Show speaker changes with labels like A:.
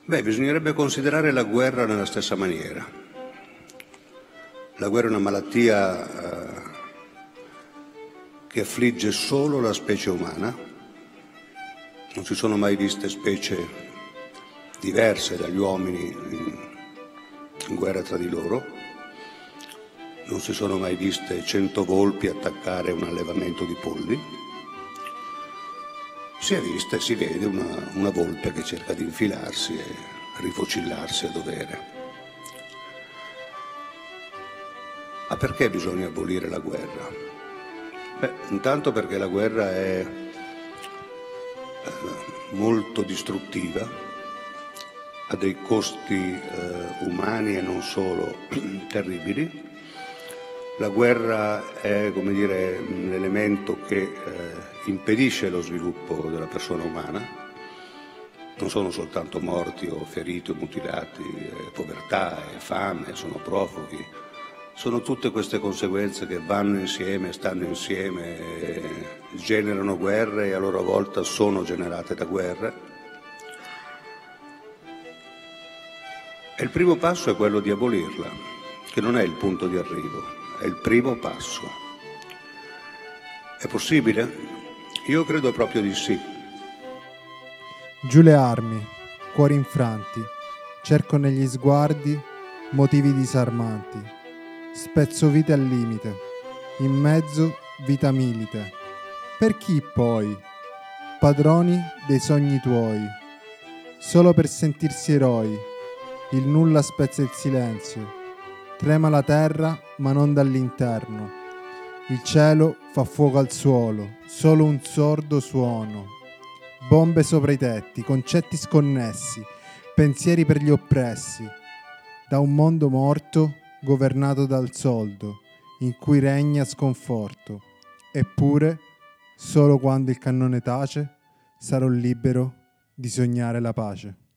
A: Bisognerebbe considerare la guerra nella stessa maniera. La guerra è una malattia che affligge solo la specie umana. Non si sono mai viste specie diverse dagli uomini in guerra tra di loro. Non si sono mai viste 100 volpi attaccare un allevamento di polli. Si è vista e si vede una volpe che cerca di infilarsi e rifocillarsi a dovere. Ma perché bisogna abolire la guerra? Intanto perché la guerra è molto distruttiva, ha dei costi umani e non solo terribili. La guerra è, come dire, l'elemento che impedisce lo sviluppo della persona umana. Non sono soltanto morti o feriti o mutilati, povertà, fame, sono profughi. Sono tutte queste conseguenze che vanno insieme, stanno insieme, generano guerre e a loro volta sono generate da guerre. E il primo passo è quello di abolirla, che non è il punto di arrivo. È il primo passo. È possibile? Io credo proprio di sì.
B: Giù le armi, cuori infranti, cerco negli sguardi motivi disarmanti. Spezzo vite al limite, in mezzo vita milite. Per chi poi? Padroni dei sogni tuoi, solo per sentirsi eroi. Il nulla spezza il silenzio. Trema la terra, ma non dall'interno. Il cielo fa fuoco al suolo, solo un sordo suono. Bombe sopra i tetti, concetti sconnessi, pensieri per gli oppressi. Da un mondo morto, governato dal soldo, in cui regna sconforto. Eppure, solo quando il cannone tace, sarò libero di sognare la pace.